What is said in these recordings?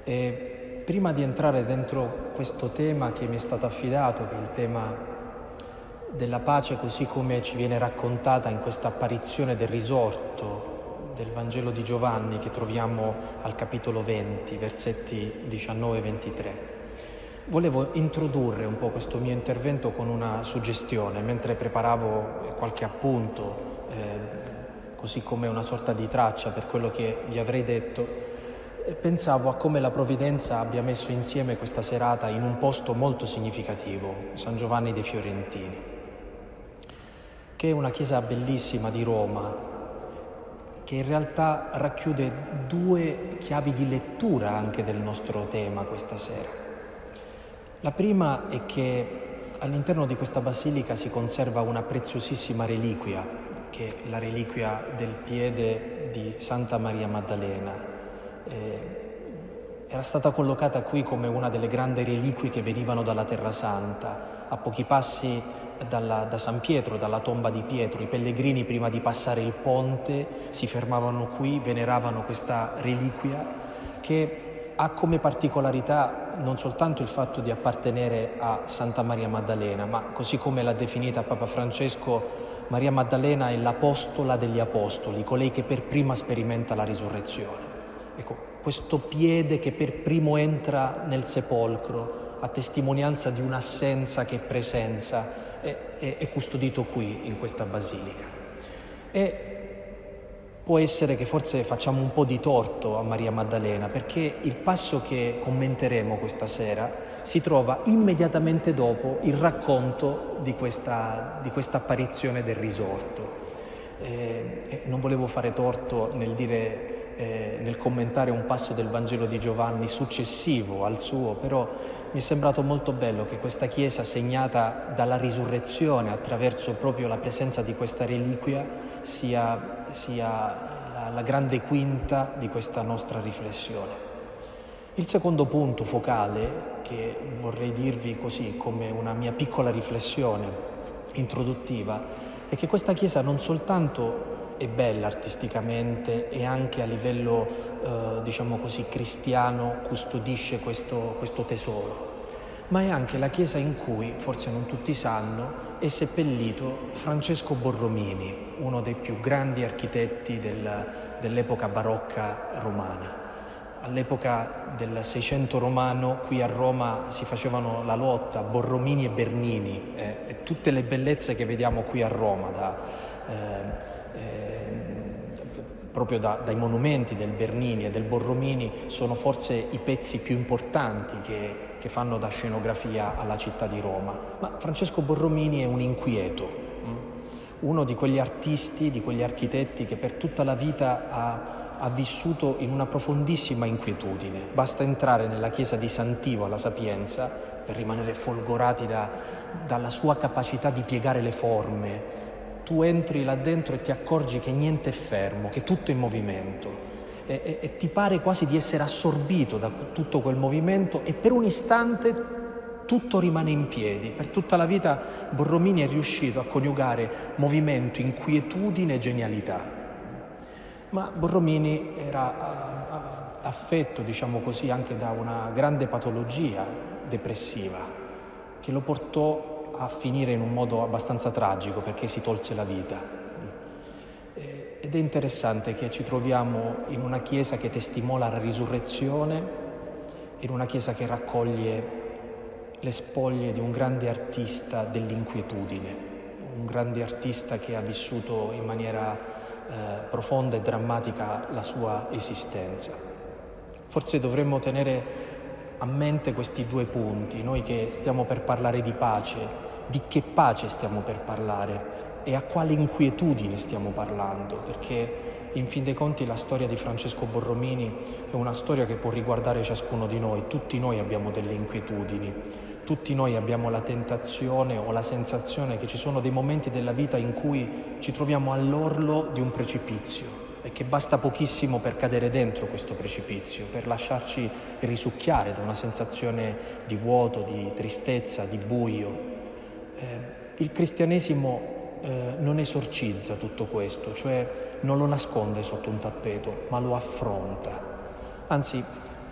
E prima di entrare dentro questo tema che mi è stato affidato, che è il tema della pace così come ci viene raccontata in questa apparizione del risorto del Vangelo di Giovanni che troviamo al capitolo 20, versetti 19 e 23, volevo introdurre un po' questo mio intervento con una suggestione. Mentre preparavo qualche appunto, così come una sorta di traccia per quello che vi avrei detto, pensavo a come la Provvidenza abbia messo insieme questa serata in un posto molto significativo, San Giovanni dei Fiorentini, che è una chiesa bellissima di Roma, che in realtà racchiude due chiavi di lettura anche del nostro tema questa sera. La prima è che all'interno di questa basilica si conserva una preziosissima reliquia, che è la reliquia del piede di Santa Maria Maddalena. Era stata collocata qui come una delle grandi reliquie che venivano dalla Terra Santa, a pochi passi da San Pietro, dalla tomba di Pietro. I pellegrini prima di passare il ponte si fermavano qui, veneravano questa reliquia che ha come particolarità non soltanto il fatto di appartenere a Santa Maria Maddalena, ma così come l'ha definita Papa Francesco, Maria Maddalena è l'apostola degli apostoli, colei che per prima sperimenta la risurrezione. Ecco, questo piede che per primo entra nel sepolcro, a testimonianza di un'assenza che è presenza, è custodito qui, in questa basilica. E può essere che forse facciamo un po' di torto a Maria Maddalena, perché il passo che commenteremo questa sera si trova immediatamente dopo il racconto di questa apparizione del risorto. Non volevo fare torto nel commentare un passo del Vangelo di Giovanni successivo al suo, però mi è sembrato molto bello che questa chiesa, segnata dalla risurrezione attraverso proprio la presenza di questa reliquia, sia la grande quinta di questa nostra riflessione. Il secondo punto focale, che vorrei dirvi così come una mia piccola riflessione introduttiva, è che questa chiesa non soltanto è bella artisticamente e anche a livello, diciamo così, cristiano custodisce questo tesoro, ma è anche la chiesa in cui, forse non tutti sanno, è seppellito Francesco Borromini, uno dei più grandi architetti dell'epoca barocca romana. All'epoca del Seicento romano qui a Roma si facevano la lotta Borromini e Bernini, e tutte le bellezze che vediamo qui a Roma, proprio dai monumenti del Bernini e del Borromini, sono forse i pezzi più importanti che fanno da scenografia alla città di Roma. Ma Francesco Borromini è un inquieto, uno di quegli artisti, di quegli architetti che per tutta la vita ha vissuto in una profondissima inquietudine. Basta entrare nella chiesa di Sant'Ivo alla Sapienza per rimanere folgorati dalla sua capacità di piegare le forme. Tu entri là dentro e ti accorgi che niente è fermo, che tutto è in movimento e ti pare quasi di essere assorbito da tutto quel movimento, e per un istante tutto rimane in piedi. Per tutta la vita Borromini è riuscito a coniugare movimento, inquietudine e genialità. Ma Borromini era affetto, diciamo così, anche da una grande patologia depressiva che lo portò a finire in un modo abbastanza tragico, perché si tolse la vita. Ed è interessante che ci troviamo in una chiesa che testimonia la risurrezione, in una chiesa che raccoglie le spoglie di un grande artista dell'inquietudine, un grande artista che ha vissuto in maniera profonda e drammatica la sua esistenza. Forse dovremmo tenere a mente questi due punti, noi che stiamo per parlare di pace, di che pace stiamo per parlare e a quale inquietudine stiamo parlando, perché in fin dei conti la storia di Francesco Borromini è una storia che può riguardare ciascuno di noi. Tutti noi abbiamo delle inquietudini, tutti noi abbiamo la tentazione o la sensazione che ci sono dei momenti della vita in cui ci troviamo all'orlo di un precipizio e che basta pochissimo per cadere dentro questo precipizio, per lasciarci risucchiare da una sensazione di vuoto, di tristezza, di buio. Il cristianesimo non esorcizza tutto questo, cioè non lo nasconde sotto un tappeto, ma lo affronta. Anzi,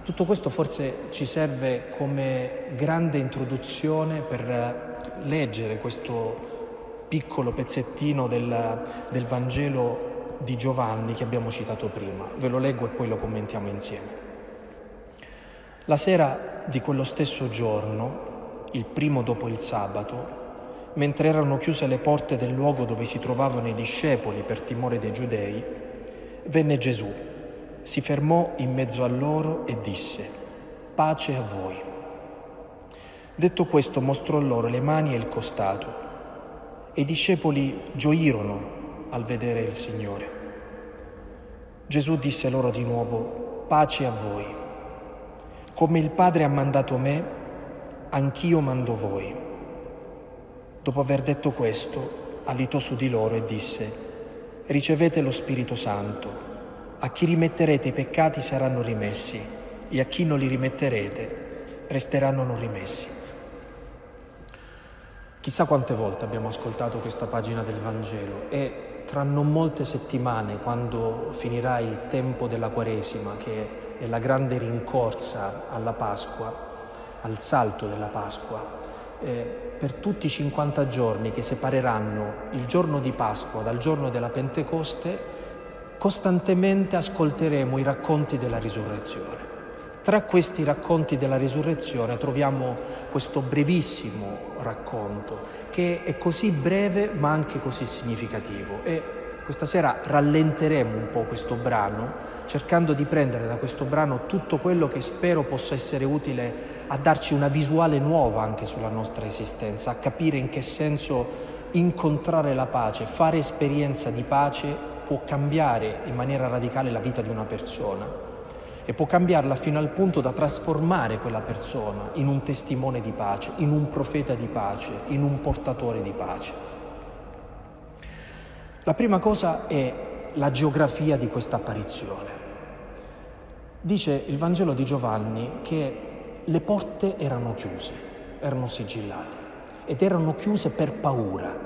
Tutto questo forse ci serve come grande introduzione per leggere questo piccolo pezzettino del Vangelo di Giovanni che abbiamo citato prima. Ve lo leggo e poi lo commentiamo insieme. La sera di quello stesso giorno, il primo dopo il sabato, mentre erano chiuse le porte del luogo dove si trovavano i discepoli per timore dei giudei, venne Gesù, si fermò in mezzo a loro e disse: «Pace a voi». Detto questo, mostrò loro le mani e il costato, e i discepoli gioirono al vedere il Signore. Gesù disse loro di nuovo: «Pace a voi. Come il Padre ha mandato me, anch'io mando voi». Dopo aver detto questo, alitò su di loro e disse: «Ricevete lo Spirito Santo. A chi rimetterete i peccati saranno rimessi, e a chi non li rimetterete resteranno non rimessi». Chissà quante volte abbiamo ascoltato questa pagina del Vangelo e tra non molte settimane, quando finirà il tempo della Quaresima, che è la grande rincorsa alla Pasqua, al salto della Pasqua, per tutti i 50 giorni che separeranno il giorno di Pasqua dal giorno della Pentecoste, costantemente ascolteremo i racconti della risurrezione. Tra questi racconti della risurrezione troviamo questo brevissimo racconto, che è così breve ma anche così significativo. E questa sera rallenteremo un po' questo brano, cercando di prendere da questo brano tutto quello che spero possa essere utile a darci una visuale nuova anche sulla nostra esistenza, a capire in che senso incontrare la pace, fare esperienza di pace può cambiare in maniera radicale la vita di una persona e può cambiarla fino al punto da trasformare quella persona in un testimone di pace, in un profeta di pace, in un portatore di pace. La prima cosa è la geografia di questa apparizione. Dice il Vangelo di Giovanni che le porte erano chiuse, erano sigillate ed erano chiuse per paura.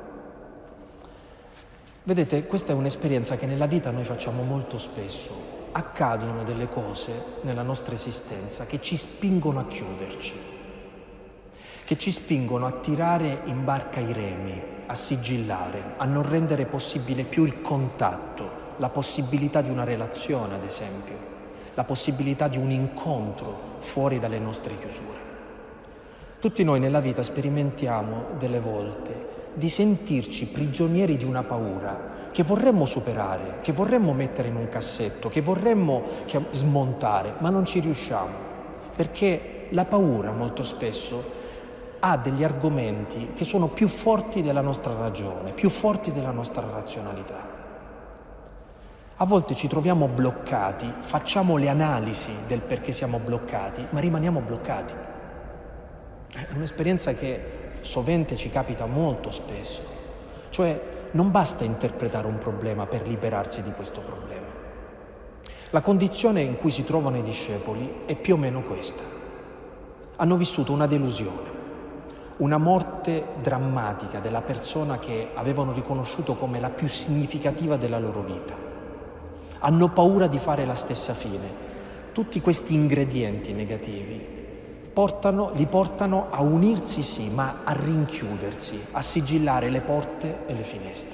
Vedete, questa è un'esperienza che nella vita noi facciamo molto spesso. Accadono delle cose nella nostra esistenza che ci spingono a chiuderci, che ci spingono a tirare in barca i remi, a sigillare, a non rendere possibile più il contatto, la possibilità di una relazione, ad esempio, la possibilità di un incontro fuori dalle nostre chiusure. Tutti noi nella vita sperimentiamo delle volte di sentirci prigionieri di una paura che vorremmo superare, che vorremmo mettere in un cassetto, che vorremmo smontare, ma non ci riusciamo, perché la paura molto spesso ha degli argomenti che sono più forti della nostra ragione, più forti della nostra razionalità. A volte ci troviamo bloccati, facciamo le analisi del perché siamo bloccati, ma rimaniamo bloccati. È un'esperienza che sovente ci capita molto spesso, cioè non basta interpretare un problema per liberarsi di questo problema. La condizione in cui si trovano i discepoli è più o meno questa. Hanno vissuto una delusione, una morte drammatica della persona che avevano riconosciuto come la più significativa della loro vita. Hanno paura di fare la stessa fine. Tutti questi ingredienti negativi li portano a unirsi sì, ma a rinchiudersi, a sigillare le porte e le finestre.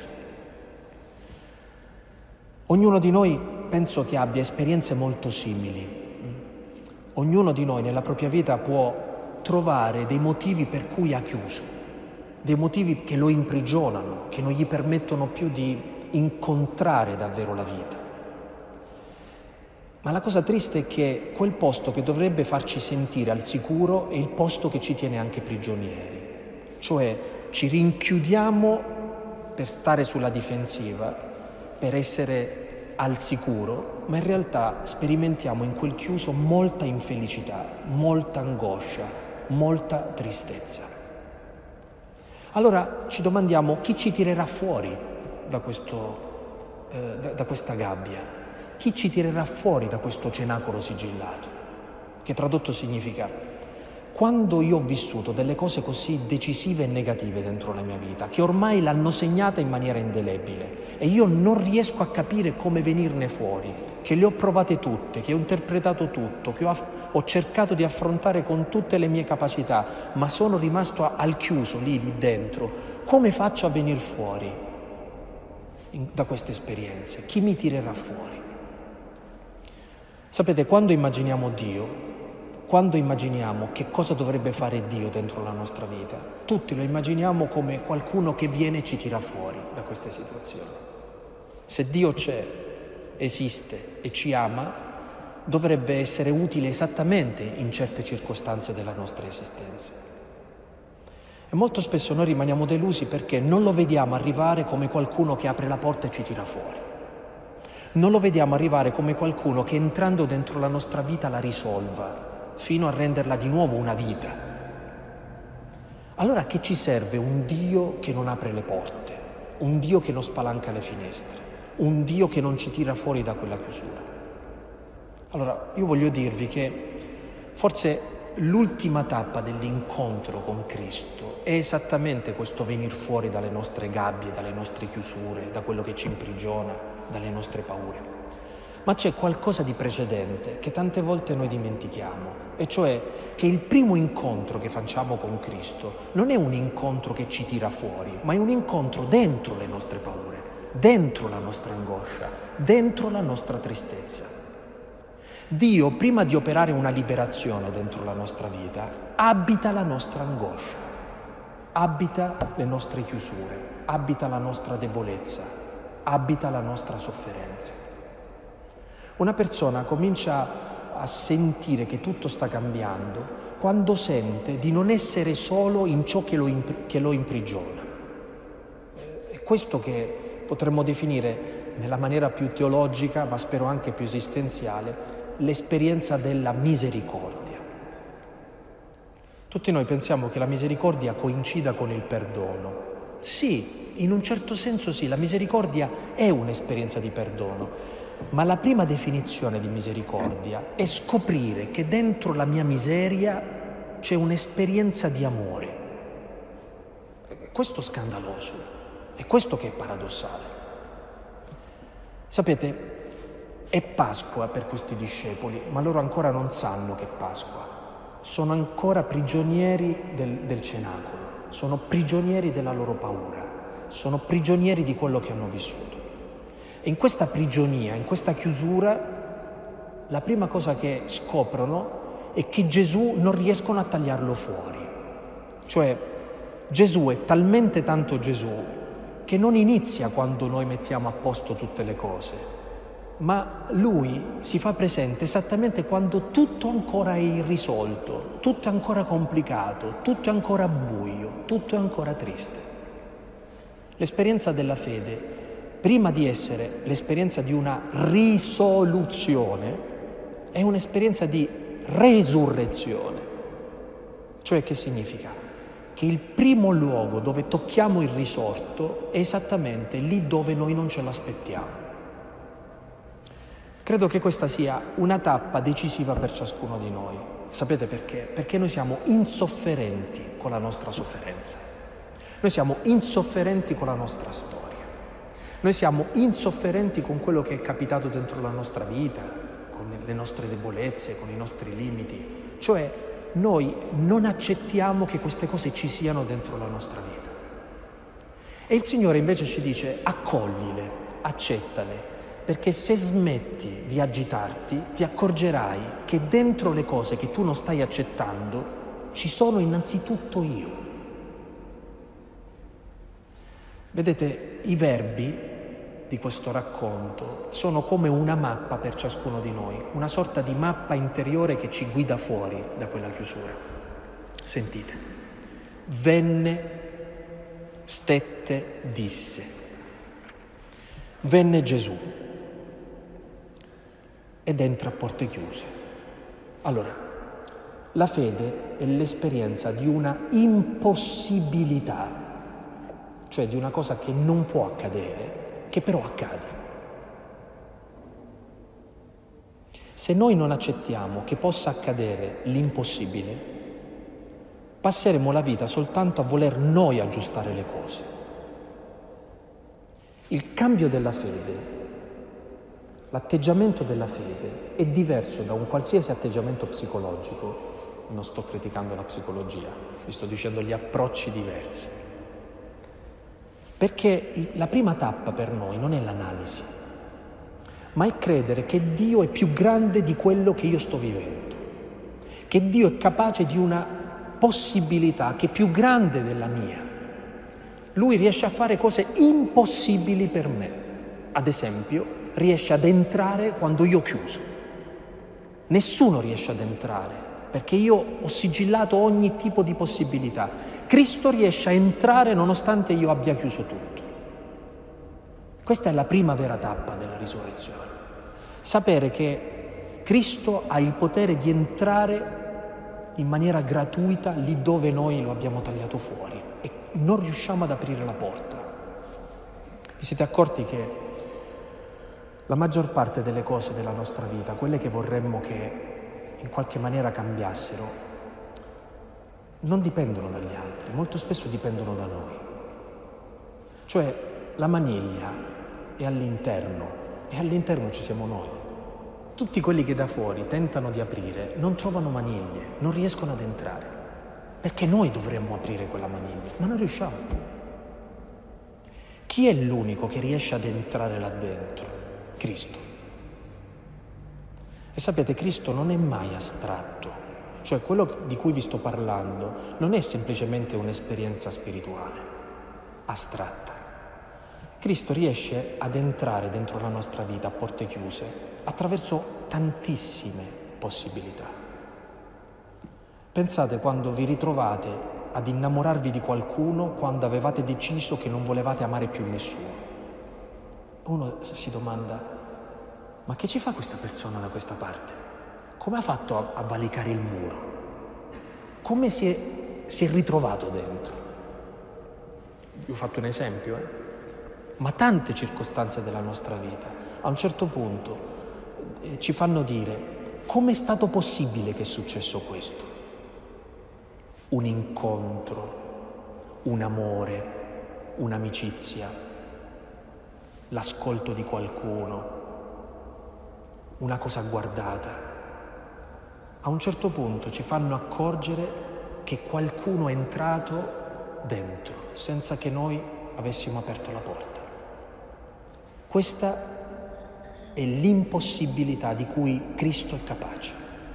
Ognuno di noi penso che abbia esperienze molto simili. Ognuno di noi nella propria vita può trovare dei motivi per cui ha chiuso, dei motivi che lo imprigionano, che non gli permettono più di incontrare davvero la vita. Ma la cosa triste è che quel posto che dovrebbe farci sentire al sicuro è il posto che ci tiene anche prigionieri. Cioè ci rinchiudiamo per stare sulla difensiva, per essere al sicuro, ma in realtà sperimentiamo in quel chiuso molta infelicità, molta angoscia, molta tristezza. Allora ci domandiamo chi ci tirerà fuori da questa gabbia. Chi ci tirerà fuori da questo cenacolo sigillato? Che tradotto significa: quando io ho vissuto delle cose così decisive e negative dentro la mia vita, che ormai l'hanno segnata in maniera indelebile, e io non riesco a capire come venirne fuori, che le ho provate tutte, che ho interpretato tutto, che ho cercato di affrontare con tutte le mie capacità, ma sono rimasto al chiuso lì dentro, come faccio a venire fuori da queste esperienze? Chi mi tirerà fuori? Sapete, quando immaginiamo Dio, quando immaginiamo che cosa dovrebbe fare Dio dentro la nostra vita, tutti lo immaginiamo come qualcuno che viene e ci tira fuori da queste situazioni. Se Dio c'è, esiste e ci ama, dovrebbe essere utile esattamente in certe circostanze della nostra esistenza. E molto spesso noi rimaniamo delusi perché non lo vediamo arrivare come qualcuno che apre la porta e ci tira fuori. Non lo vediamo arrivare come qualcuno che entrando dentro la nostra vita la risolva, fino a renderla di nuovo una vita. Allora che ci serve un Dio che non apre le porte, un Dio che non spalanca le finestre, un Dio che non ci tira fuori da quella chiusura? Allora io voglio dirvi che forse l'ultima tappa dell'incontro con Cristo è esattamente questo venir fuori dalle nostre gabbie, dalle nostre chiusure, da quello che ci imprigiona, dalle nostre paure. Ma c'è qualcosa di precedente che tante volte noi dimentichiamo, e cioè che il primo incontro che facciamo con Cristo non è un incontro che ci tira fuori, ma è un incontro dentro le nostre paure, dentro la nostra angoscia, dentro la nostra tristezza. Dio, prima di operare una liberazione dentro la nostra vita, abita la nostra angoscia, abita le nostre chiusure, abita la nostra debolezza, abita la nostra sofferenza. Una persona comincia a sentire che tutto sta cambiando quando sente di non essere solo in ciò che lo imprigiona. È questo che potremmo definire nella maniera più teologica, ma spero anche più esistenziale, l'esperienza della misericordia. Tutti noi pensiamo che la misericordia coincida con il perdono. Sì, in un certo senso sì, la misericordia è un'esperienza di perdono. Ma la prima definizione di misericordia è scoprire che dentro la mia miseria c'è un'esperienza di amore. Questo è scandaloso, è questo che è paradossale. Sapete, è Pasqua per questi discepoli, ma loro ancora non sanno che è Pasqua. Sono ancora prigionieri del cenacolo, sono prigionieri della loro paura, sono prigionieri di quello che hanno vissuto. E in questa prigionia, in questa chiusura, la prima cosa che scoprono è che Gesù non riescono a tagliarlo fuori. Cioè, Gesù è talmente tanto Gesù che non inizia quando noi mettiamo a posto tutte le cose, ma Lui si fa presente esattamente quando tutto ancora è irrisolto, tutto è ancora complicato, tutto è ancora buio, tutto è ancora triste. L'esperienza della fede, prima di essere l'esperienza di una risoluzione, è un'esperienza di resurrezione. Cioè, che significa? Che il primo luogo dove tocchiamo il risorto è esattamente lì dove noi non ce l'aspettiamo. Credo che questa sia una tappa decisiva per ciascuno di noi. Sapete perché? Perché noi siamo insofferenti con la nostra sofferenza. Noi siamo insofferenti con la nostra storia. Noi siamo insofferenti con quello che è capitato dentro la nostra vita, con le nostre debolezze, con i nostri limiti. Cioè, noi non accettiamo che queste cose ci siano dentro la nostra vita. E il Signore invece ci dice: accoglile, accettale, perché se smetti di agitarti, ti accorgerai che dentro le cose che tu non stai accettando ci sono innanzitutto io. Vedete, i verbi di questo racconto sono come una mappa per ciascuno di noi, una sorta di mappa interiore che ci guida fuori da quella chiusura. Sentite: venne, stette, disse. Venne Gesù ed entra a porte chiuse. Allora, la fede è l'esperienza di una impossibilità, cioè di una cosa che non può accadere, che però accade. Se noi non accettiamo che possa accadere l'impossibile, passeremo la vita soltanto a voler noi aggiustare le cose. Il cambio della fede, L'atteggiamento della fede è diverso da un qualsiasi atteggiamento psicologico. Non sto criticando la psicologia, vi sto dicendo gli approcci diversi. Perché la prima tappa per noi non è l'analisi, ma è credere che Dio è più grande di quello che io sto vivendo, che Dio è capace di una possibilità che è più grande della mia. Lui riesce a fare cose impossibili per me. Ad esempio, riesce ad entrare quando io ho chiuso. Nessuno riesce ad entrare, perché io ho sigillato ogni tipo di possibilità. Cristo riesce a entrare nonostante io abbia chiuso tutto. Questa è la prima vera tappa della risurrezione. Sapere che Cristo ha il potere di entrare in maniera gratuita lì dove noi lo abbiamo tagliato fuori e non riusciamo ad aprire la porta. Vi siete accorti che la maggior parte delle cose della nostra vita, quelle che vorremmo che in qualche maniera cambiassero, non dipendono dagli altri, molto spesso dipendono da noi. Cioè la maniglia è all'interno e all'interno ci siamo noi. Tutti quelli che da fuori tentano di aprire non trovano maniglie, non riescono ad entrare, perché noi dovremmo aprire quella maniglia, ma non riusciamo. Chi è l'unico che riesce ad entrare là dentro? Cristo. E sapete, Cristo non è mai astratto, cioè quello di cui vi sto parlando non è semplicemente un'esperienza spirituale astratta. Cristo riesce ad entrare dentro la nostra vita a porte chiuse attraverso tantissime possibilità. Pensate quando vi ritrovate ad innamorarvi di qualcuno quando avevate deciso che non volevate amare più nessuno. Uno si domanda: ma che ci fa questa persona da questa parte? Come ha fatto a valicare il muro? Come si è ritrovato dentro? Vi ho fatto un esempio, ma tante circostanze della nostra vita a un certo punto ci fanno dire: come è stato possibile che è successo questo? Un incontro, un amore, un'amicizia, l'ascolto di qualcuno, una cosa guardata. A un certo punto ci fanno accorgere che qualcuno è entrato dentro senza che noi avessimo aperto la porta. Questa è l'impossibilità di cui Cristo è capace.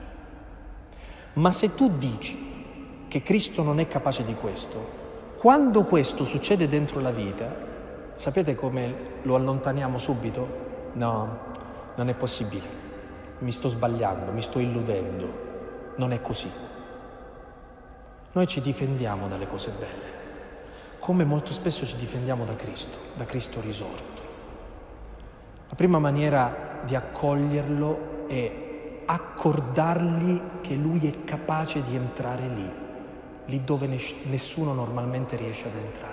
Ma se tu dici che Cristo non è capace di questo, quando questo succede dentro la vita, sapete come lo allontaniamo subito? No, non è possibile, mi sto sbagliando, mi sto illudendo, non è così. Noi ci difendiamo dalle cose belle, come molto spesso ci difendiamo da Cristo risorto. La prima maniera di accoglierlo è accordargli che Lui è capace di entrare lì dove nessuno normalmente riesce ad entrare.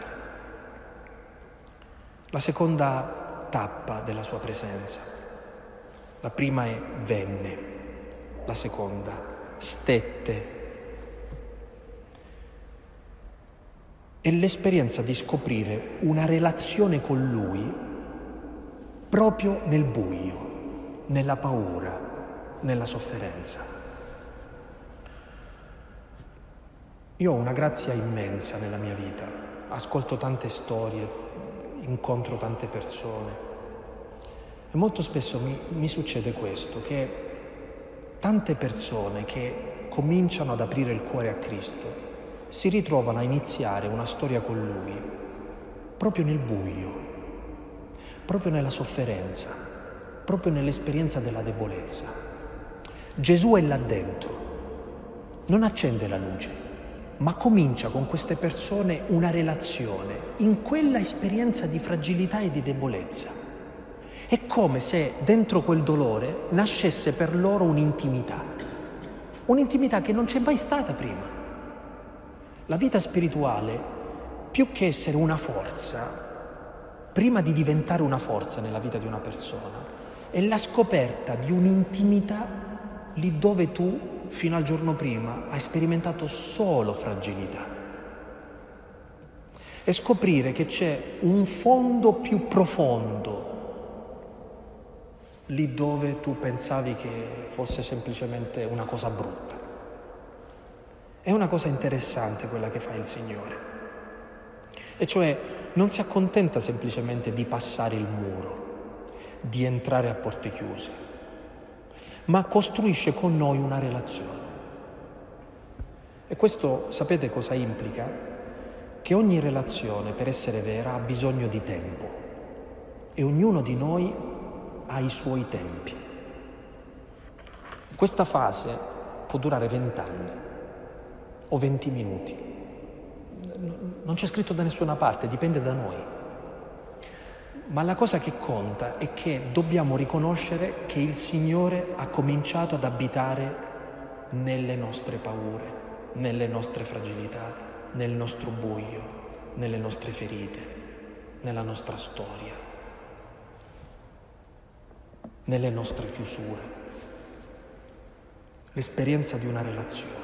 La seconda tappa della sua presenza. La prima è venne, la seconda stette. È l'esperienza di scoprire una relazione con Lui proprio nel buio, nella paura, nella sofferenza. Io ho una grazia immensa nella mia vita, ascolto tante storie, incontro tante persone. E molto spesso mi succede questo, che tante persone che cominciano ad aprire il cuore a Cristo si ritrovano a iniziare una storia con Lui proprio nel buio, proprio nella sofferenza, proprio nell'esperienza della debolezza. Gesù è là dentro, non accende la luce, ma comincia con queste persone una relazione in quella esperienza di fragilità e di debolezza. È come se dentro quel dolore nascesse per loro un'intimità che non c'è mai stata prima. La vita spirituale, più che essere una forza, prima di diventare una forza nella vita di una persona, è la scoperta di un'intimità lì dove tu, fino al giorno prima, hai sperimentato solo fragilità. E scoprire che c'è un fondo più profondo lì dove tu pensavi che fosse semplicemente una cosa brutta. È una cosa interessante quella che fa il Signore, e cioè non si accontenta semplicemente di passare il muro, di entrare a porte chiuse, ma costruisce con noi una relazione. E questo sapete cosa implica? Che ogni relazione, per essere vera, ha bisogno di tempo, e ognuno di noi ha i suoi tempi. Questa fase può durare 20 anni o 20 minuti. Non c'è scritto da nessuna parte, dipende da noi. Ma la cosa che conta è che dobbiamo riconoscere che il Signore ha cominciato ad abitare nelle nostre paure, nelle nostre fragilità, nel nostro buio, nelle nostre ferite, nella nostra storia, nelle nostre chiusure. L'esperienza di una relazione.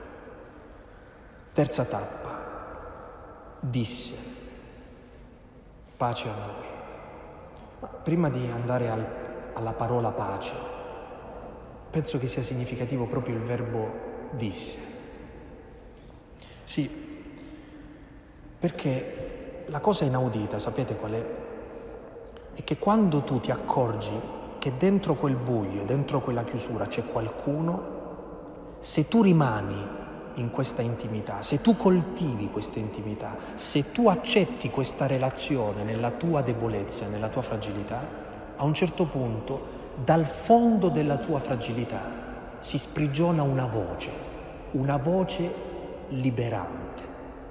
Terza tappa. Disse: pace a voi. Ma prima di andare alla parola pace, penso che sia significativo proprio il verbo disse. Sì, perché la cosa inaudita, sapete qual è? È che quando tu ti accorgi che dentro quel buio, dentro quella chiusura c'è qualcuno, se tu rimani in questa intimità, se tu coltivi questa intimità, se tu accetti questa relazione nella tua debolezza, nella tua fragilità, a un certo punto dal fondo della tua fragilità si sprigiona una voce liberante.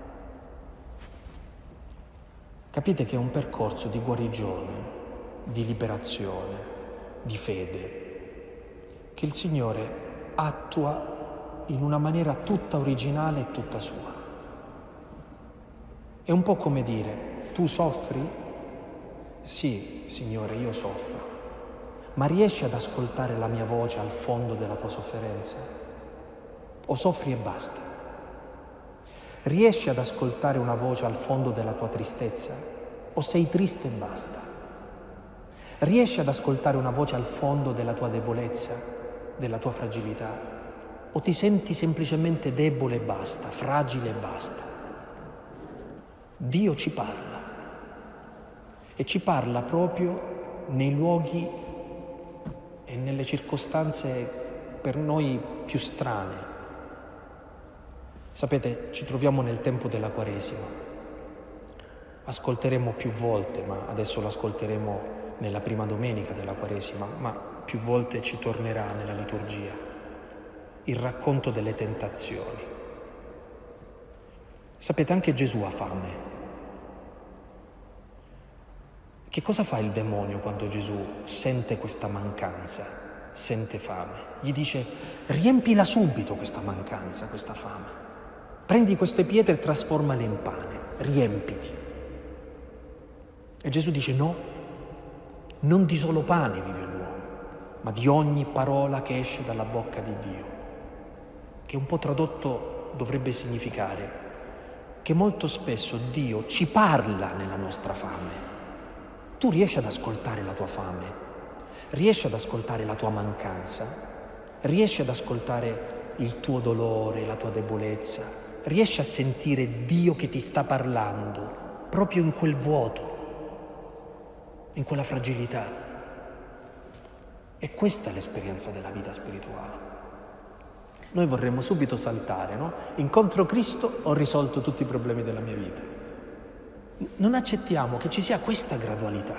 Capite che è un percorso di guarigione, di liberazione, di fede, che il Signore attua in una maniera tutta originale e tutta sua. È un po' come dire: tu soffri? Sì, Signore, io soffro. Ma riesci ad ascoltare la mia voce al fondo della tua sofferenza? O soffri e basta? Riesci ad ascoltare una voce al fondo della tua tristezza? O sei triste e basta? Riesci ad ascoltare una voce al fondo della tua debolezza, della tua fragilità? O ti senti semplicemente debole e basta, fragile e basta? Dio ci parla, e ci parla proprio nei luoghi e nelle circostanze per noi più strane. Sapete, ci troviamo nel tempo della Quaresima. Ascolteremo più volte, ma adesso l'ascolteremo nella prima domenica della Quaresima, ma più volte ci tornerà nella liturgia. Il racconto delle tentazioni. Sapete, anche Gesù ha fame. Che cosa fa il demonio quando Gesù sente questa mancanza, sente fame? Gli dice: riempila subito questa mancanza, questa fame. Prendi queste pietre e trasformale in pane, riempiti. E Gesù dice: no, non di solo pane vive l'uomo, ma di ogni parola che esce dalla bocca di Dio. Che un po' tradotto dovrebbe significare che molto spesso Dio ci parla nella nostra fame. Tu riesci ad ascoltare la tua fame? Riesci ad ascoltare la tua mancanza? Riesci ad ascoltare il tuo dolore, la tua debolezza? Riesci a sentire Dio che ti sta parlando proprio in quel vuoto, in quella fragilità? E questa è l'esperienza della vita spirituale. Noi vorremmo subito saltare, no? Incontro Cristo, ho risolto tutti i problemi della mia vita. Non accettiamo che ci sia questa gradualità.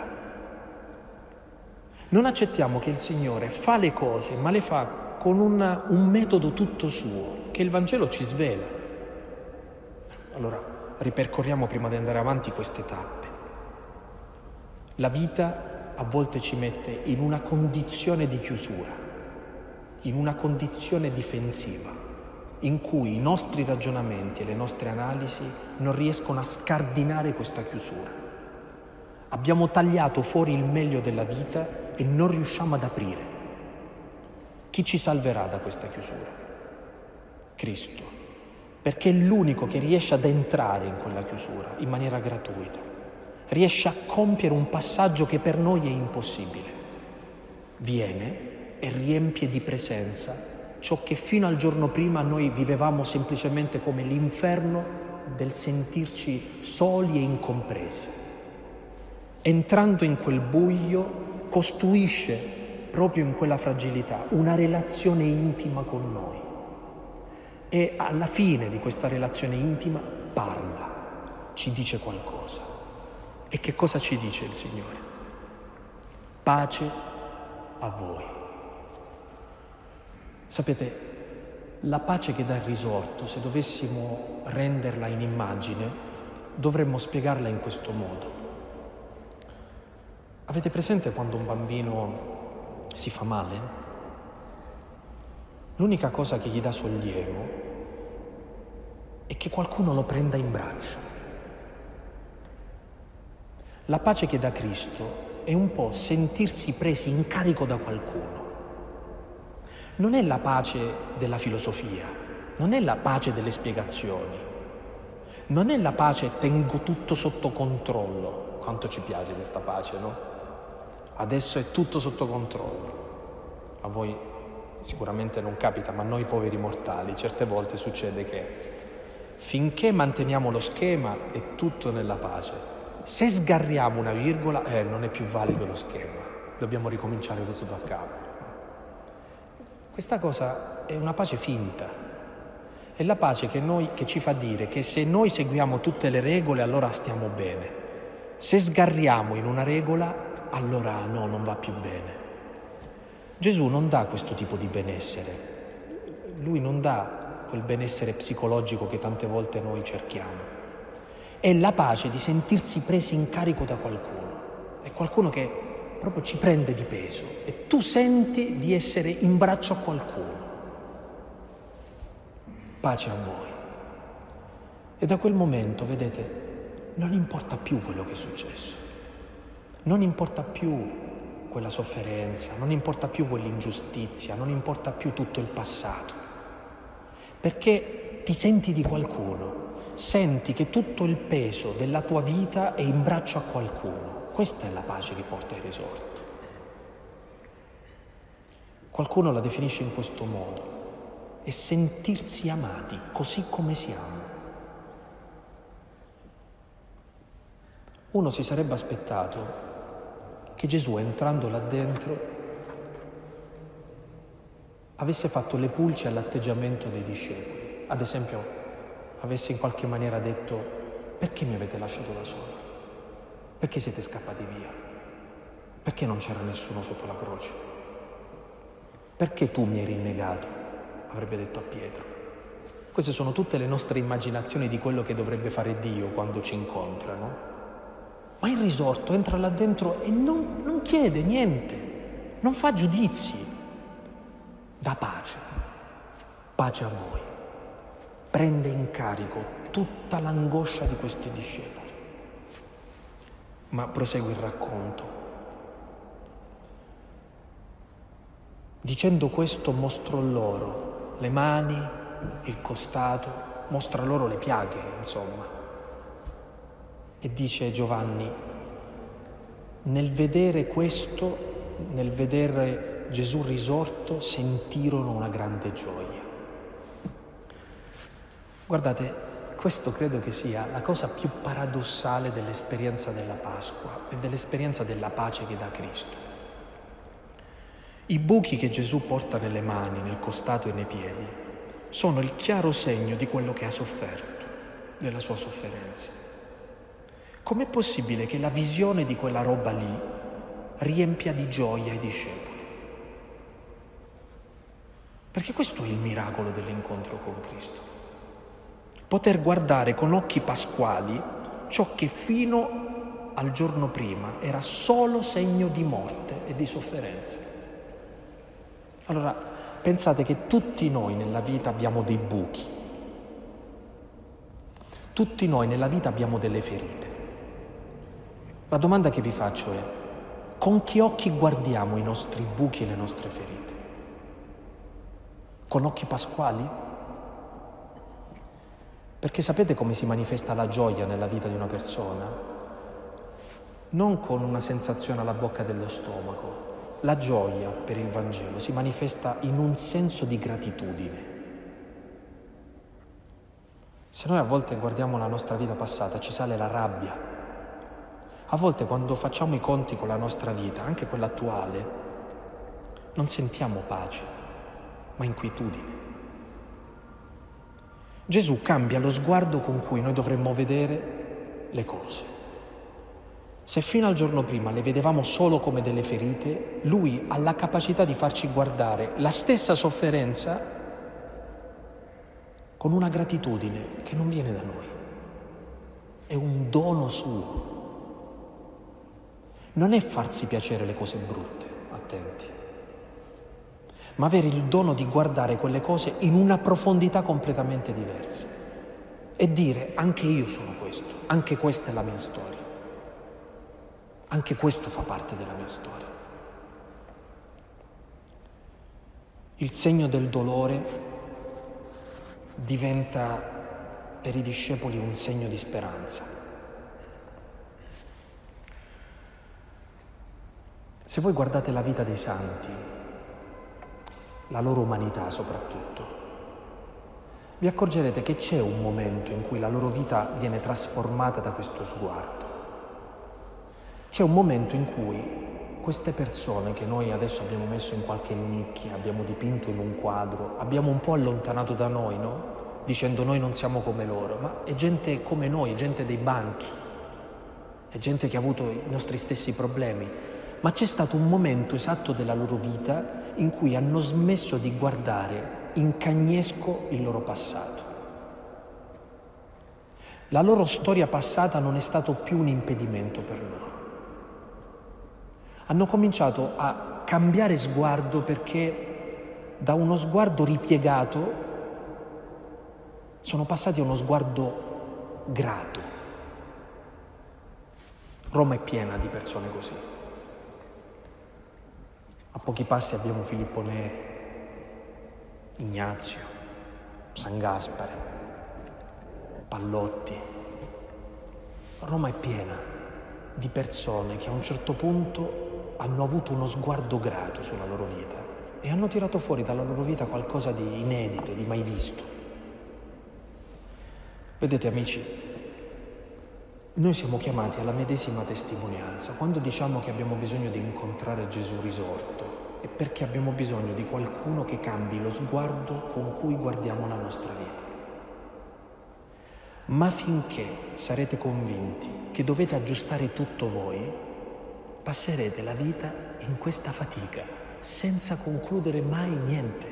Non accettiamo che il Signore fa le cose, ma le fa con un metodo tutto suo, che il Vangelo ci svela. Allora, ripercorriamo prima di andare avanti queste tappe. La vita a volte ci mette in una condizione di chiusura, in una condizione difensiva, in cui i nostri ragionamenti e le nostre analisi non riescono a scardinare questa chiusura. Abbiamo tagliato fuori il meglio della vita e non riusciamo ad aprire. Chi ci salverà da questa chiusura? Cristo, perché è l'unico che riesce ad entrare in quella chiusura in maniera gratuita, riesce a compiere un passaggio che per noi è impossibile. viene e riempie di presenza ciò che fino al giorno prima noi vivevamo semplicemente come l'inferno del sentirci soli e incompresi. Entrando in quel buio, costruisce proprio in quella fragilità una relazione intima con noi. E alla fine di questa relazione intima parla, ci dice qualcosa. E che cosa ci dice il Signore? Pace a voi. Sapete, la pace che dà il risorto, se dovessimo renderla in immagine, dovremmo spiegarla in questo modo. Avete presente quando un bambino si fa male? L'unica cosa che gli dà sollievo è che qualcuno lo prenda in braccio. La pace che dà Cristo è un po' sentirsi presi in carico da qualcuno. Non è la pace della filosofia, non è la pace delle spiegazioni, non è la pace tengo tutto sotto controllo. Quanto ci piace questa pace, no? Adesso è tutto sotto controllo. A voi sicuramente non capita, ma a noi poveri mortali certe volte succede che finché manteniamo lo schema è tutto nella pace. Se sgarriamo una virgola, non è più valido lo schema, dobbiamo ricominciare tutto da capo. Questa cosa è una pace finta, è la pace che ci fa dire che se noi seguiamo tutte le regole allora stiamo bene, se sgarriamo in una regola allora no, non va più bene. Gesù non dà questo tipo di benessere, lui non dà quel benessere psicologico che tante volte noi cerchiamo. È la pace di sentirsi presi in carico da qualcuno. È qualcuno che proprio ci prende di peso e tu senti di essere in braccio a qualcuno. Pace a voi. E da quel momento, vedete, non importa più quello che è successo. Non importa più quella sofferenza, non importa più quell'ingiustizia, non importa più tutto il passato. Perché ti senti di qualcuno. Senti che tutto il peso della tua vita è in braccio a qualcuno. Questa è la pace che porta il risorto. Qualcuno la definisce in questo modo: è sentirsi amati così come siamo. Uno si sarebbe aspettato che Gesù, entrando là dentro, avesse fatto le pulci all'atteggiamento dei discepoli. Ad esempio, avesse in qualche maniera detto: perché mi avete lasciato da solo? Perché siete scappati via? Perché non c'era nessuno sotto la croce? Perché tu mi hai rinnegato? Avrebbe detto a Pietro. Queste sono tutte le nostre immaginazioni di quello che dovrebbe fare Dio quando ci incontra, no? Ma il risorto entra là dentro e non chiede niente, non fa giudizi, dà pace, pace a voi. Prende in carico tutta l'angoscia di questi discepoli. Ma prosegue il racconto. Dicendo questo mostrò loro le mani, il costato, mostra loro le piaghe, insomma. E dice Giovanni: nel vedere questo, nel vedere Gesù risorto, sentirono una grande gioia. Guardate, questo credo che sia la cosa più paradossale dell'esperienza della Pasqua e dell'esperienza della pace che dà Cristo. I buchi che Gesù porta nelle mani, nel costato e nei piedi, sono il chiaro segno di quello che ha sofferto, della sua sofferenza. Com'è possibile che la visione di quella roba lì riempia di gioia i discepoli? Perché questo è il miracolo dell'incontro con Cristo. Poter guardare con occhi pasquali ciò che fino al giorno prima era solo segno di morte e di sofferenza. Allora, pensate che tutti noi nella vita abbiamo dei buchi. Tutti noi nella vita abbiamo delle ferite. La domanda che vi faccio è: con che occhi guardiamo i nostri buchi e le nostre ferite? Con occhi pasquali? Perché sapete come si manifesta la gioia nella vita di una persona? Non con una sensazione alla bocca dello stomaco, La gioia per il Vangelo si manifesta in un senso di gratitudine. Se noi a volte guardiamo la nostra vita passata, ci sale la rabbia. A volte quando facciamo i conti con la nostra vita, anche quella attuale, non sentiamo pace, ma inquietudine. Gesù cambia lo sguardo con cui noi dovremmo vedere le cose. Se fino al giorno prima le vedevamo solo come delle ferite, Lui ha la capacità di farci guardare la stessa sofferenza con una gratitudine che non viene da noi. È un dono suo. Non è farsi piacere le cose brutte, attenti, ma avere il dono di guardare quelle cose in una profondità completamente diversa e dire: anche io sono questo, anche questa è la mia storia. Anche questo fa parte della mia storia. Il segno del dolore diventa per i discepoli un segno di speranza. Se voi guardate la vita dei santi, la loro umanità soprattutto, vi accorgerete che c'è un momento in cui la loro vita viene trasformata da questo sguardo. C'è un momento in cui queste persone che noi adesso abbiamo messo in qualche nicchia, abbiamo dipinto in un quadro, abbiamo un po' allontanato da noi, no? Dicendo noi non siamo come loro, ma è gente come noi, è gente dei banchi, è gente che ha avuto i nostri stessi problemi, ma c'è stato un momento esatto della loro vita in cui hanno smesso di guardare in cagnesco il loro passato. La loro storia passata non è stato più un impedimento per loro. Hanno cominciato a cambiare sguardo perché da uno sguardo ripiegato sono passati a uno sguardo grato. Roma è piena di persone così. A pochi passi abbiamo Filippo Neri, Ignazio, San Gaspare, Pallotti. Roma è piena di persone che a un certo punto hanno avuto uno sguardo grato sulla loro vita e hanno tirato fuori dalla loro vita qualcosa di inedito, di mai visto. Vedete amici, noi siamo chiamati alla medesima testimonianza. Quando diciamo che abbiamo bisogno di incontrare Gesù risorto, è perché abbiamo bisogno di qualcuno che cambi lo sguardo con cui guardiamo la nostra vita. Ma finché sarete convinti che dovete aggiustare tutto voi, passerete la vita in questa fatica, senza concludere mai niente.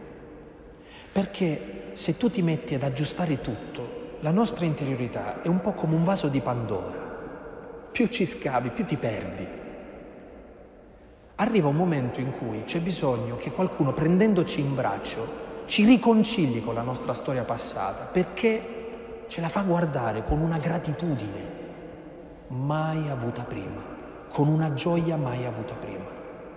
Perché se tu ti metti ad aggiustare tutto, la nostra interiorità è un po' come un vaso di Pandora. Più ci scavi, più ti perdi. Arriva un momento in cui c'è bisogno che qualcuno, prendendoci in braccio, ci riconcili con la nostra storia passata, perché ce la fa guardare con una gratitudine mai avuta prima, con una gioia mai avuta prima.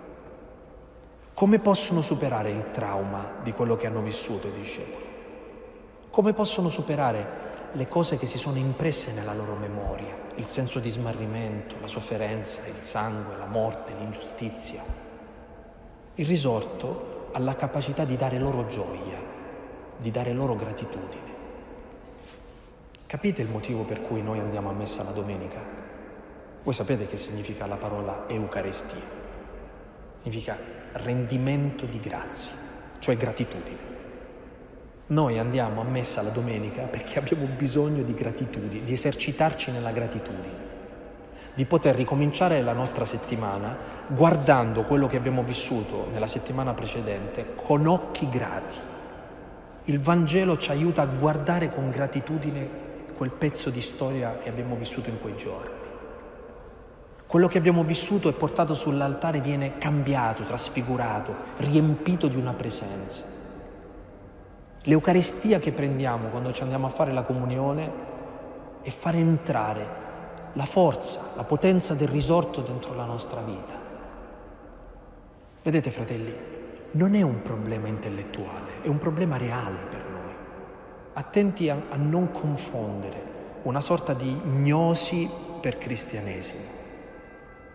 Come possono superare il trauma di quello che hanno vissuto i discepoli? Come possono superare le cose che si sono impresse nella loro memoria, il senso di smarrimento, la sofferenza, il sangue, la morte, l'ingiustizia? Il risorto ha la capacità di dare loro gioia, di dare loro gratitudine. Capite il motivo per cui noi andiamo a messa la domenica? Voi sapete che significa la parola Eucaristia? Significa rendimento di grazie, cioè gratitudine. Noi andiamo a messa la domenica perché abbiamo bisogno di gratitudine, di esercitarci nella gratitudine, di poter ricominciare la nostra settimana guardando quello che abbiamo vissuto nella settimana precedente con occhi grati. Il Vangelo ci aiuta a guardare con gratitudine quel pezzo di storia che abbiamo vissuto in quei giorni. Quello che abbiamo vissuto e portato sull'altare viene cambiato, trasfigurato, riempito di una presenza. L'Eucaristia che prendiamo quando ci andiamo a fare la comunione è fare entrare la forza, la potenza del risorto dentro la nostra vita. Vedete fratelli, non è un problema intellettuale, è un problema reale per noi. Attenti a non confondere una sorta di gnosi per cristianesimo.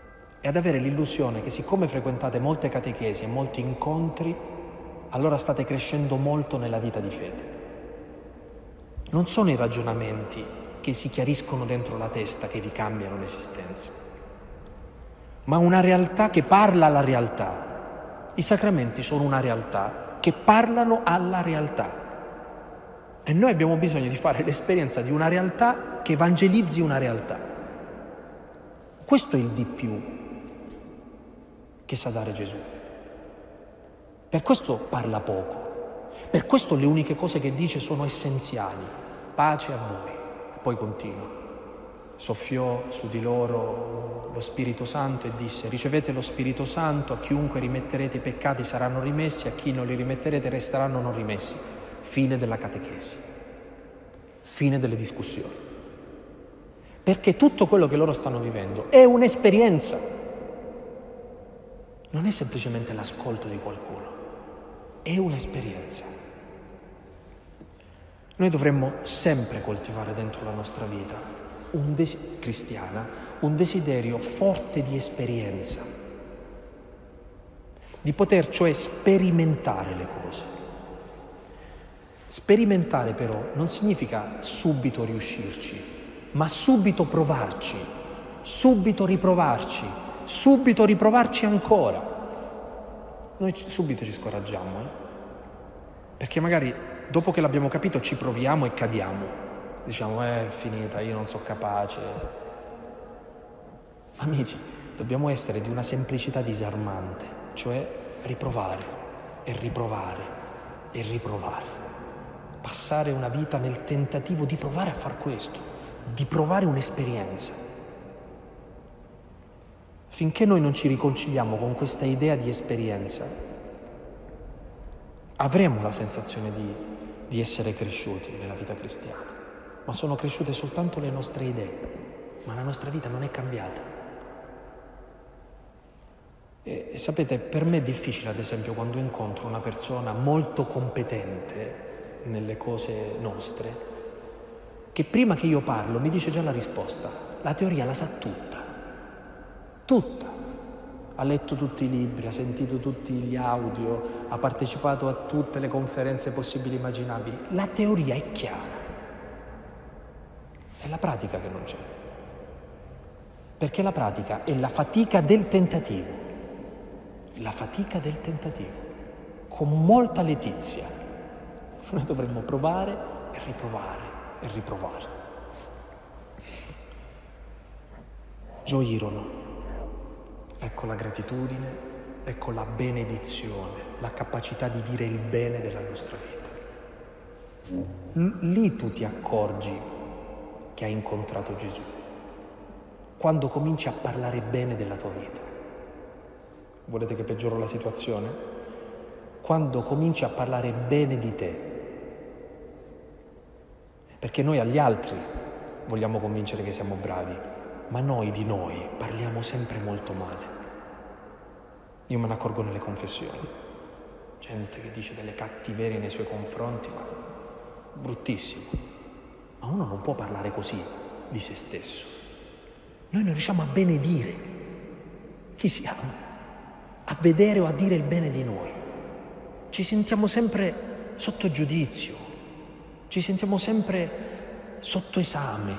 e ad avere l'illusione che siccome frequentate molte catechesi e molti incontri, allora state crescendo molto nella vita di fede. Non sono i ragionamenti che si chiariscono dentro la testa che vi cambiano l'esistenza, ma una realtà che parla alla realtà. I sacramenti sono una realtà che parlano alla realtà. E noi abbiamo bisogno di fare l'esperienza di una realtà che evangelizzi una realtà. Questo è il di più che sa dare Gesù. Per questo parla poco. Per questo le uniche cose che dice sono essenziali. Pace a voi. E poi continua. Soffiò su di loro lo Spirito Santo e disse: ricevete lo Spirito Santo, a chiunque rimetterete i peccati saranno rimessi, a chi non li rimetterete resteranno non rimessi. Fine della catechesi, fine delle discussioni. Perché tutto quello che loro stanno vivendo è un'esperienza, non è semplicemente l'ascolto di qualcuno, è un'esperienza. Noi dovremmo sempre coltivare dentro la nostra vita cristiana un desiderio forte di esperienza, di poter cioè sperimentare le cose. Sperimentare però non significa subito riuscirci, ma subito provarci, subito riprovarci, subito riprovarci ancora. Noi subito ci scoraggiamo, perché magari dopo che l'abbiamo capito ci proviamo e cadiamo. Diciamo, è finita, io non sono capace. Amici, dobbiamo essere di una semplicità disarmante, cioè riprovare e riprovare e riprovare. Passare una vita nel tentativo di provare a far questo, di provare un'esperienza. Finché noi non ci riconciliamo con questa idea di esperienza, avremo la sensazione di essere cresciuti nella vita cristiana, ma sono cresciute soltanto le nostre idee, ma la nostra vita non è cambiata. E sapete, per me è difficile, ad esempio, quando incontro una persona molto competente nelle cose nostre, che prima che io parlo mi dice già la risposta. La teoria la sa tutta. Ha letto tutti i libri, ha sentito tutti gli audio, ha partecipato a tutte le conferenze possibili e immaginabili. La teoria è chiara, è la pratica che non c'è, perché la pratica è la fatica del tentativo, con molta letizia. Noi dovremmo provare e riprovare e riprovare. Gioirono, ecco la gratitudine, ecco la benedizione, la capacità di dire il bene della nostra vita. Lì tu ti accorgi che hai incontrato Gesù, quando cominci a parlare bene della tua vita. Volete che peggioro la situazione? Quando cominci a parlare bene di te. Perché noi agli altri vogliamo convincere che siamo bravi, ma noi di noi parliamo sempre molto male. Io me ne accorgo nelle confessioni. Gente che dice delle cattiverie nei suoi confronti, ma bruttissimo. Ma uno non può parlare così di se stesso. Noi non riusciamo a benedire chi siamo, a vedere o a dire il bene di noi. Ci sentiamo sempre sotto giudizio. Ci sentiamo sempre sotto esame,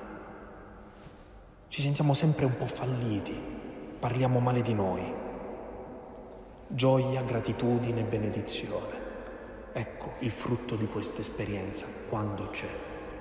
ci sentiamo sempre un po' falliti, parliamo male di noi. Gioia, gratitudine, benedizione. Ecco il frutto di questa esperienza, quando c'è.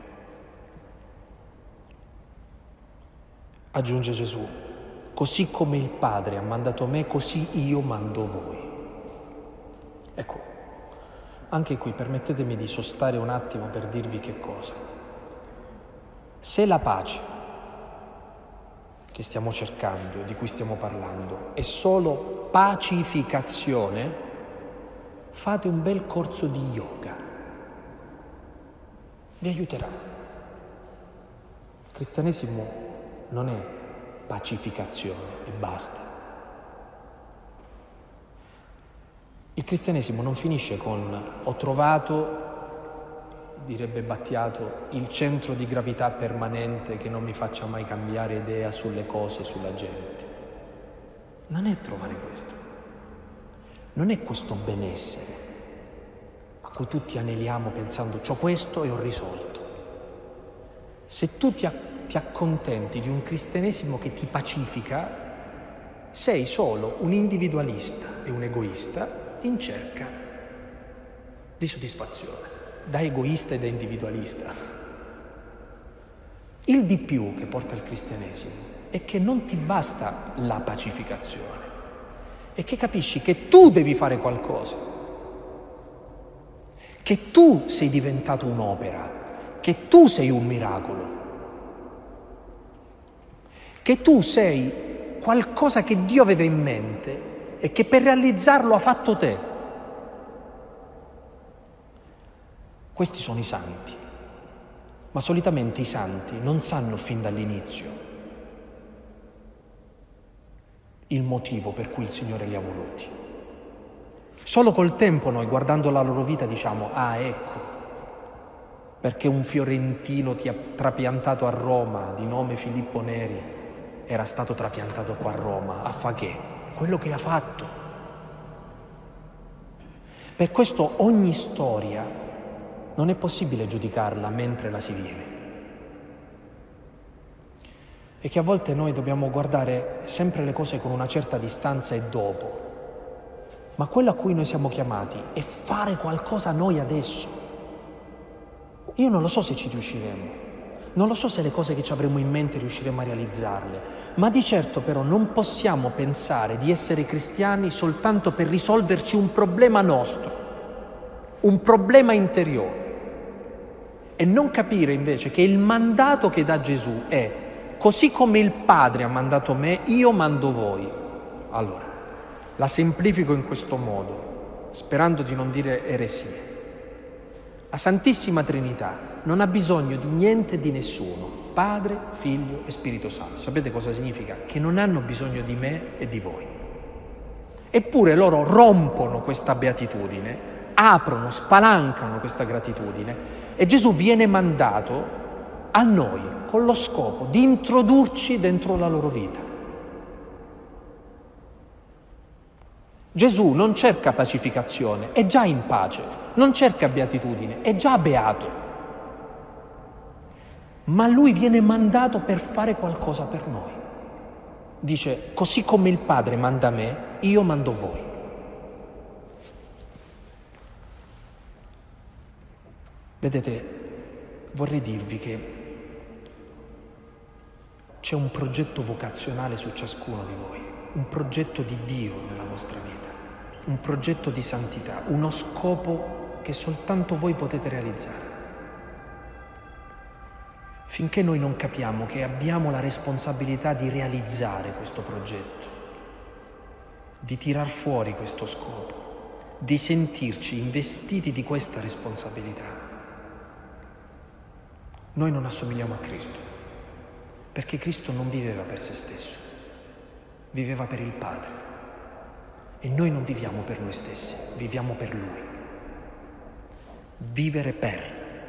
Aggiunge Gesù: così come il Padre ha mandato me, così io mando voi. Ecco, anche qui permettetemi di sostare un attimo per dirvi che cosa. Se la pace che stiamo cercando, di cui stiamo parlando, è solo pacificazione, fate un bel corso di yoga. Vi aiuterà. Il cristianesimo non è pacificazione e basta. Il cristianesimo non finisce con ho trovato, direbbe Battiato, il centro di gravità permanente che non mi faccia mai cambiare idea sulle cose, sulla gente. non è trovare questo, non è questo benessere a cui tutti aneliamo pensando c'ho questo e ho risolto. Se tu ti accontenti di un cristianesimo che ti pacifica, sei solo un individualista e un egoista in cerca di soddisfazione, da egoista e da individualista. Il di più che porta il cristianesimo è che non ti basta la pacificazione, è che capisci che tu devi fare qualcosa, che tu sei diventato un'opera, che tu sei un miracolo, che tu sei qualcosa che Dio aveva in mente e che per realizzarlo ha fatto te. Questi sono i santi, ma solitamente i santi non sanno fin dall'inizio il motivo per cui il Signore li ha voluti. Solo col tempo noi, guardando la loro vita, diciamo: ah, ecco, perché un fiorentino ti ha trapiantato a Roma, di nome Filippo Neri, era stato trapiantato qua a Roma, a fa che? Quello che ha fatto. Per questo ogni storia non è possibile giudicarla mentre la si vive. E che a volte noi dobbiamo guardare sempre le cose con una certa distanza e dopo. Ma quello a cui noi siamo chiamati è fare qualcosa noi adesso. Io non lo so se ci riusciremo, non lo so se le cose che ci avremo in mente riusciremo a realizzarle, ma di certo però non possiamo pensare di essere cristiani soltanto per risolverci un problema nostro, un problema interiore, e non capire invece che il mandato che dà Gesù è: così come il Padre ha mandato me, io mando voi. Allora, la semplifico in questo modo, sperando di non dire eresie. La Santissima Trinità non ha bisogno di niente e di nessuno, Padre, Figlio e Spirito Santo. Sapete cosa significa? Che non hanno bisogno di me e di voi. Eppure loro rompono questa beatitudine, aprono, spalancano questa gratitudine, e Gesù viene mandato a noi con lo scopo di introdurci dentro la loro vita. Gesù non cerca pacificazione, è già in pace, non cerca beatitudine, è già beato. Ma lui viene mandato per fare qualcosa per noi. Dice: così come il Padre manda me, io mando voi. Vedete, vorrei dirvi che c'è un progetto vocazionale su ciascuno di voi, un progetto di Dio nella vostra vita, un progetto di santità, uno scopo che soltanto voi potete realizzare. Finché noi non capiamo che abbiamo la responsabilità di realizzare questo progetto, di tirar fuori questo scopo, di sentirci investiti di questa responsabilità, noi non assomigliamo a Cristo. Perché Cristo non viveva per se stesso, viveva per il Padre. E noi non viviamo per noi stessi, viviamo per Lui. Vivere per.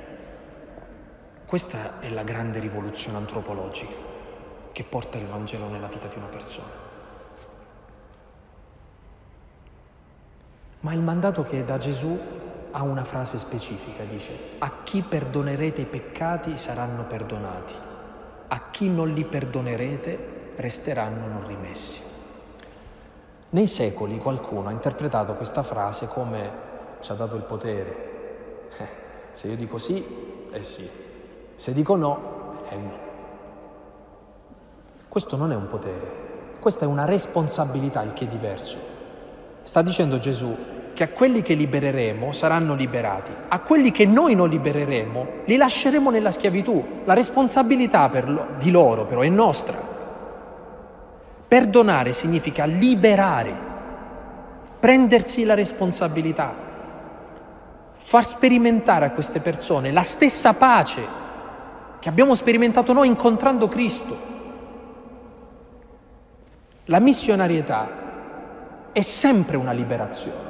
Questa è la grande rivoluzione antropologica che porta il Vangelo nella vita di una persona. Ma il mandato che dà Gesù ha una frase specifica, dice: a chi perdonerete i peccati saranno perdonati. A chi non li perdonerete resteranno non rimessi. Nei secoli qualcuno ha interpretato questa frase come: ci ha dato il potere. Se io dico sì, è sì. Se dico no, è no. Questo non è un potere, questa è una responsabilità, il che è diverso. Sta dicendo Gesù che a quelli che libereremo saranno liberati, a quelli che noi non libereremo li lasceremo nella schiavitù. La responsabilità di loro però è nostra. Perdonare significa liberare, prendersi la responsabilità, far sperimentare a queste persone la stessa pace che abbiamo sperimentato noi incontrando Cristo. La missionarietà è sempre una liberazione.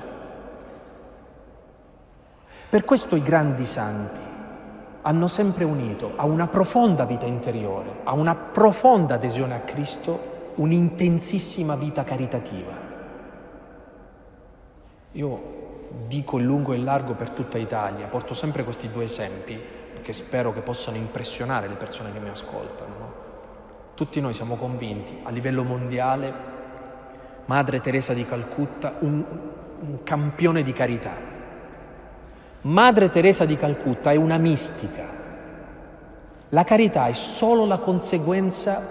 Per questo i grandi santi hanno sempre unito a una profonda vita interiore, a una profonda adesione a Cristo, un'intensissima vita caritativa. Io dico in lungo e in largo per tutta Italia, porto sempre questi due esempi perché spero che possano impressionare le persone che mi ascoltano, no? Tutti noi siamo convinti, a livello mondiale, Madre Teresa di Calcutta, un campione di carità. Madre Teresa di Calcutta è una mistica. La carità è solo la conseguenza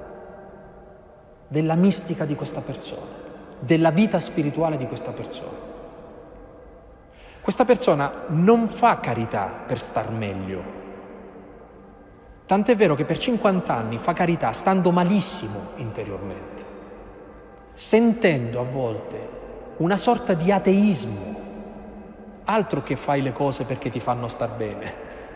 della mistica di questa persona, della vita spirituale di questa persona. Questa persona non fa carità per star meglio. Tant'è vero che per 50 anni fa carità stando malissimo interiormente, sentendo a volte una sorta di ateismo, altro che fai le cose perché ti fanno star bene.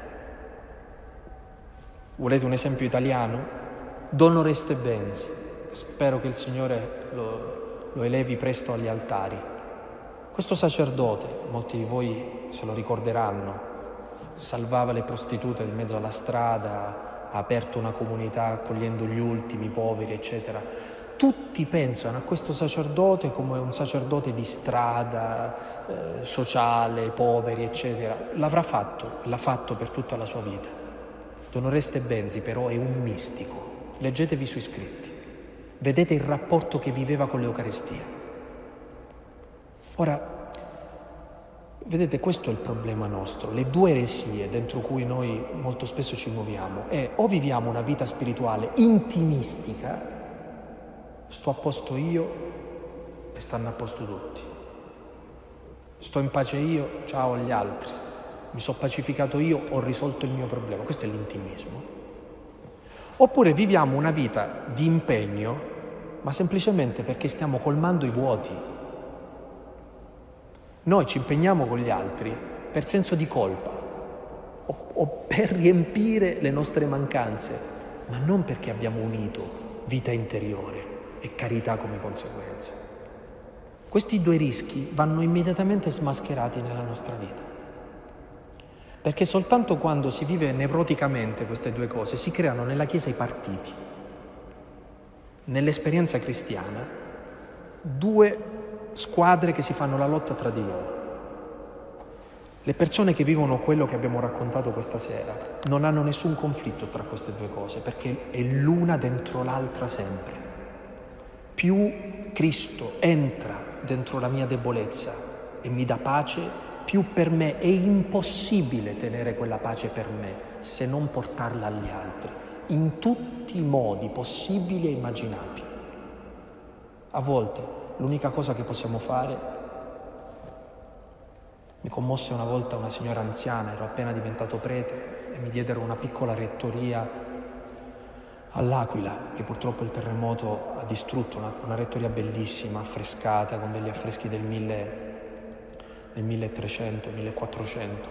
Volete un esempio italiano? Don Oreste Benzi, spero che il Signore lo elevi presto agli altari. Questo sacerdote, molti di voi se lo ricorderanno, salvava le prostitute in mezzo alla strada, ha aperto una comunità accogliendo gli ultimi, i poveri, eccetera. Tutti pensano a questo sacerdote come un sacerdote di strada, sociale, poveri, eccetera. L'ha fatto per tutta la sua vita. Don Oreste Benzi però è un mistico. Leggetevi i suoi scritti. Vedete il rapporto che viveva con l'Eucaristia. Ora, vedete, questo è il problema nostro, le due eresie dentro cui noi molto spesso ci muoviamo è o viviamo una vita spirituale intimistica, sto a posto io e stanno a posto tutti, sto in pace io, ciao agli altri, mi sono pacificato io, ho risolto il mio problema, questo è l'intimismo. Oppure viviamo una vita di impegno, ma semplicemente perché stiamo colmando i vuoti. Noi ci impegniamo con gli altri per senso di colpa o per riempire le nostre mancanze, ma non perché abbiamo unito vita interiore e carità come conseguenza. Questi due rischi vanno immediatamente smascherati nella nostra vita, perché soltanto quando si vive nevroticamente queste due cose si creano nella Chiesa i partiti. Nell'esperienza cristiana, due squadre che si fanno la lotta tra di loro. Le persone che vivono quello che abbiamo raccontato questa sera non hanno nessun conflitto tra queste due cose, perché è l'una dentro l'altra sempre. Più Cristo entra dentro la mia debolezza e mi dà pace, più per me è impossibile tenere quella pace per me se non portarla agli altri, in tutti i modi possibili e immaginabili. A volte l'unica cosa che possiamo fare, mi commosse una volta una signora anziana, ero appena diventato prete e mi diedero una piccola rettoria all'Aquila, che purtroppo il terremoto ha distrutto, una rettoria bellissima, affrescata, con degli affreschi del 1300, 1400.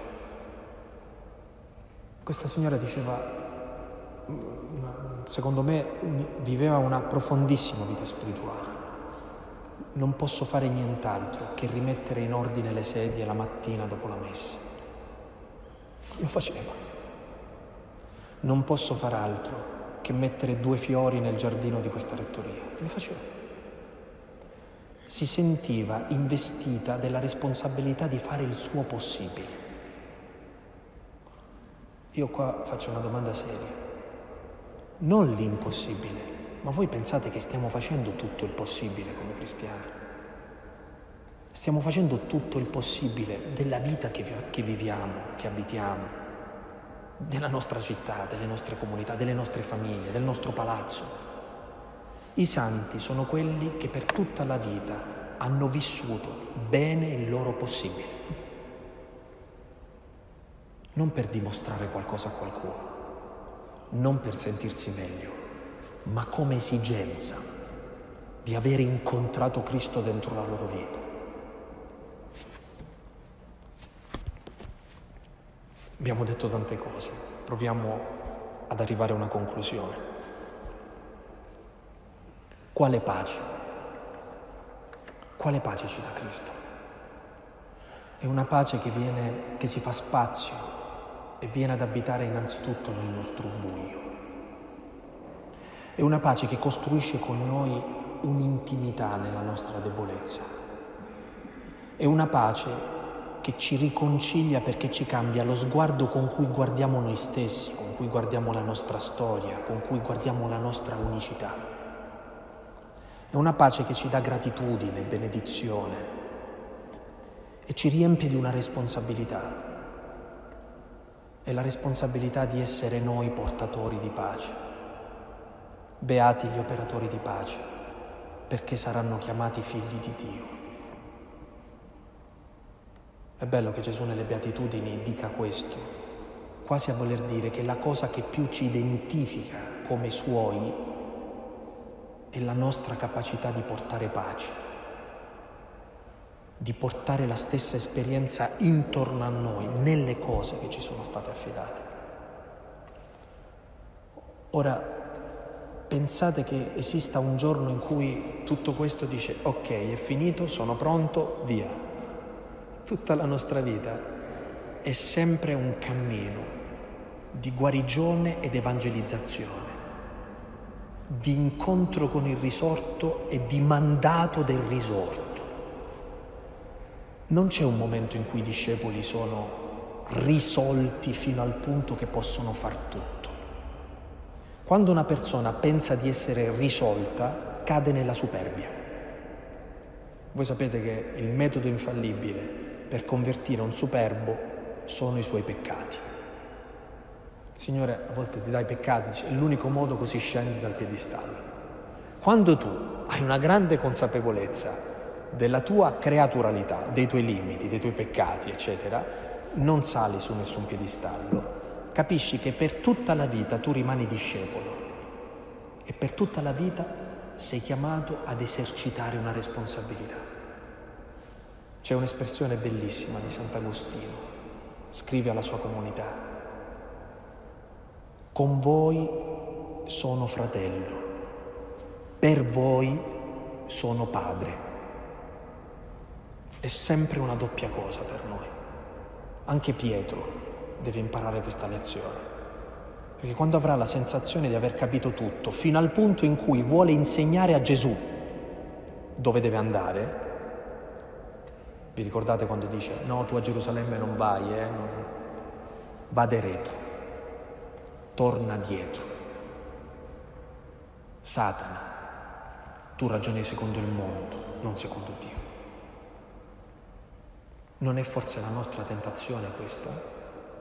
Questa signora diceva, secondo me viveva una profondissima vita spirituale. Non posso fare nient'altro che rimettere in ordine le sedie la mattina dopo la messa. Lo faceva. Non posso far altro che mettere 2 fiori nel giardino di questa rettoria. Lo faceva. Si sentiva investita della responsabilità di fare il suo possibile. Io qua faccio una domanda seria. Non l'impossibile, ma voi pensate che stiamo facendo tutto il possibile come cristiani? Stiamo facendo tutto il possibile della vita che viviamo, che abitiamo, della nostra città, delle nostre comunità, delle nostre famiglie, del nostro palazzo. I santi sono quelli che per tutta la vita hanno vissuto bene il loro possibile. Non per dimostrare qualcosa a qualcuno, non per sentirsi meglio, ma come esigenza di avere incontrato Cristo dentro la loro vita. Abbiamo detto tante cose, proviamo ad arrivare a una conclusione. Quale pace? Quale pace ci dà Cristo? È una pace che si fa spazio e viene ad abitare innanzitutto nel nostro buio. È una pace che costruisce con noi un'intimità nella nostra debolezza. È una pace che ci riconcilia perché ci cambia lo sguardo con cui guardiamo noi stessi, con cui guardiamo la nostra storia, con cui guardiamo la nostra unicità. È una pace che ci dà gratitudine, benedizione e ci riempie di una responsabilità. È la responsabilità di essere noi portatori di pace. Beati gli operatori di pace, perché saranno chiamati figli di Dio. È bello che Gesù nelle Beatitudini dica questo, quasi a voler dire che la cosa che più ci identifica come suoi è la nostra capacità di portare pace, di portare la stessa esperienza intorno a noi, nelle cose che ci sono state affidate. Ora, pensate che esista un giorno in cui tutto questo dice ok, è finito, sono pronto, via. Tutta la nostra vita è sempre un cammino di guarigione ed evangelizzazione, di incontro con il risorto e di mandato del risorto. Non c'è un momento in cui i discepoli sono risolti fino al punto che possono far tutto. Quando una persona pensa di essere risolta, cade nella superbia. Voi sapete che il metodo infallibile per convertire un superbo sono i suoi peccati. Il Signore a volte ti dà i peccati, dice, è l'unico modo, così scendi dal piedistallo. Quando tu hai una grande consapevolezza della tua creaturalità, dei tuoi limiti, dei tuoi peccati, eccetera, non sali su nessun piedistallo. Capisci che per tutta la vita tu rimani discepolo e per tutta la vita sei chiamato ad esercitare una responsabilità. C'è un'espressione bellissima di Sant'Agostino, scrive alla sua comunità: con voi sono fratello, per voi sono padre. È sempre una doppia cosa per noi. Anche Pietro deve imparare questa lezione, perché quando avrà la sensazione di aver capito tutto, fino al punto in cui vuole insegnare a Gesù dove deve andare, vi ricordate quando dice no, tu a Gerusalemme non vai, vade retro, torna dietro. Satana, tu ragioni secondo il mondo, non secondo Dio. Non è forse la nostra tentazione questa?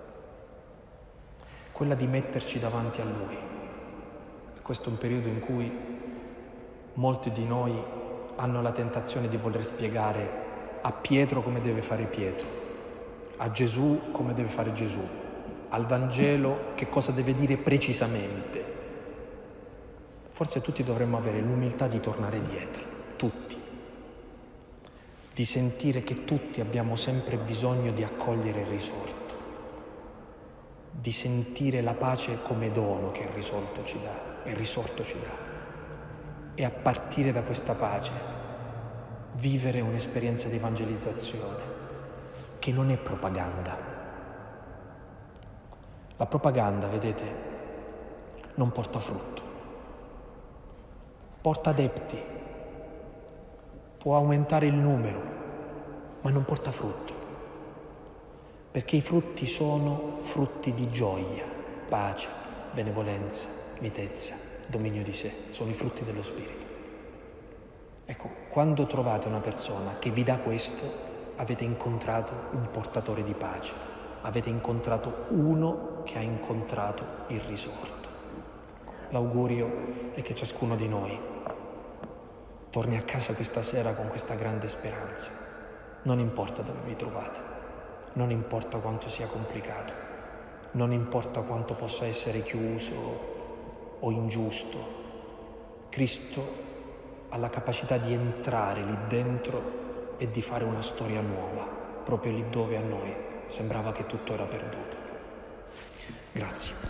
Quella di metterci davanti a Lui. Questo è un periodo in cui molti di noi hanno la tentazione di voler spiegare a Pietro come deve fare Pietro, a Gesù come deve fare Gesù, al Vangelo che cosa deve dire precisamente. Forse tutti dovremmo avere l'umiltà di tornare dietro, tutti, di sentire che tutti abbiamo sempre bisogno di accogliere il risorto, di sentire la pace come dono che il risorto ci dà, e a partire da questa pace vivere un'esperienza di evangelizzazione che non è propaganda. La propaganda, vedete, non porta frutto, porta adepti, può aumentare il numero, ma non porta frutto. Perché i frutti sono frutti di gioia, pace, benevolenza, mitezza, dominio di sé, sono i frutti dello Spirito. Ecco, quando trovate una persona che vi dà questo, avete incontrato un portatore di pace, avete incontrato uno che ha incontrato il risorto. L'augurio è che ciascuno di noi torni a casa questa sera con questa grande speranza. Non importa dove vi trovate. Non importa quanto sia complicato, non importa quanto possa essere chiuso o ingiusto, Cristo ha la capacità di entrare lì dentro e di fare una storia nuova, proprio lì dove a noi sembrava che tutto era perduto. Grazie.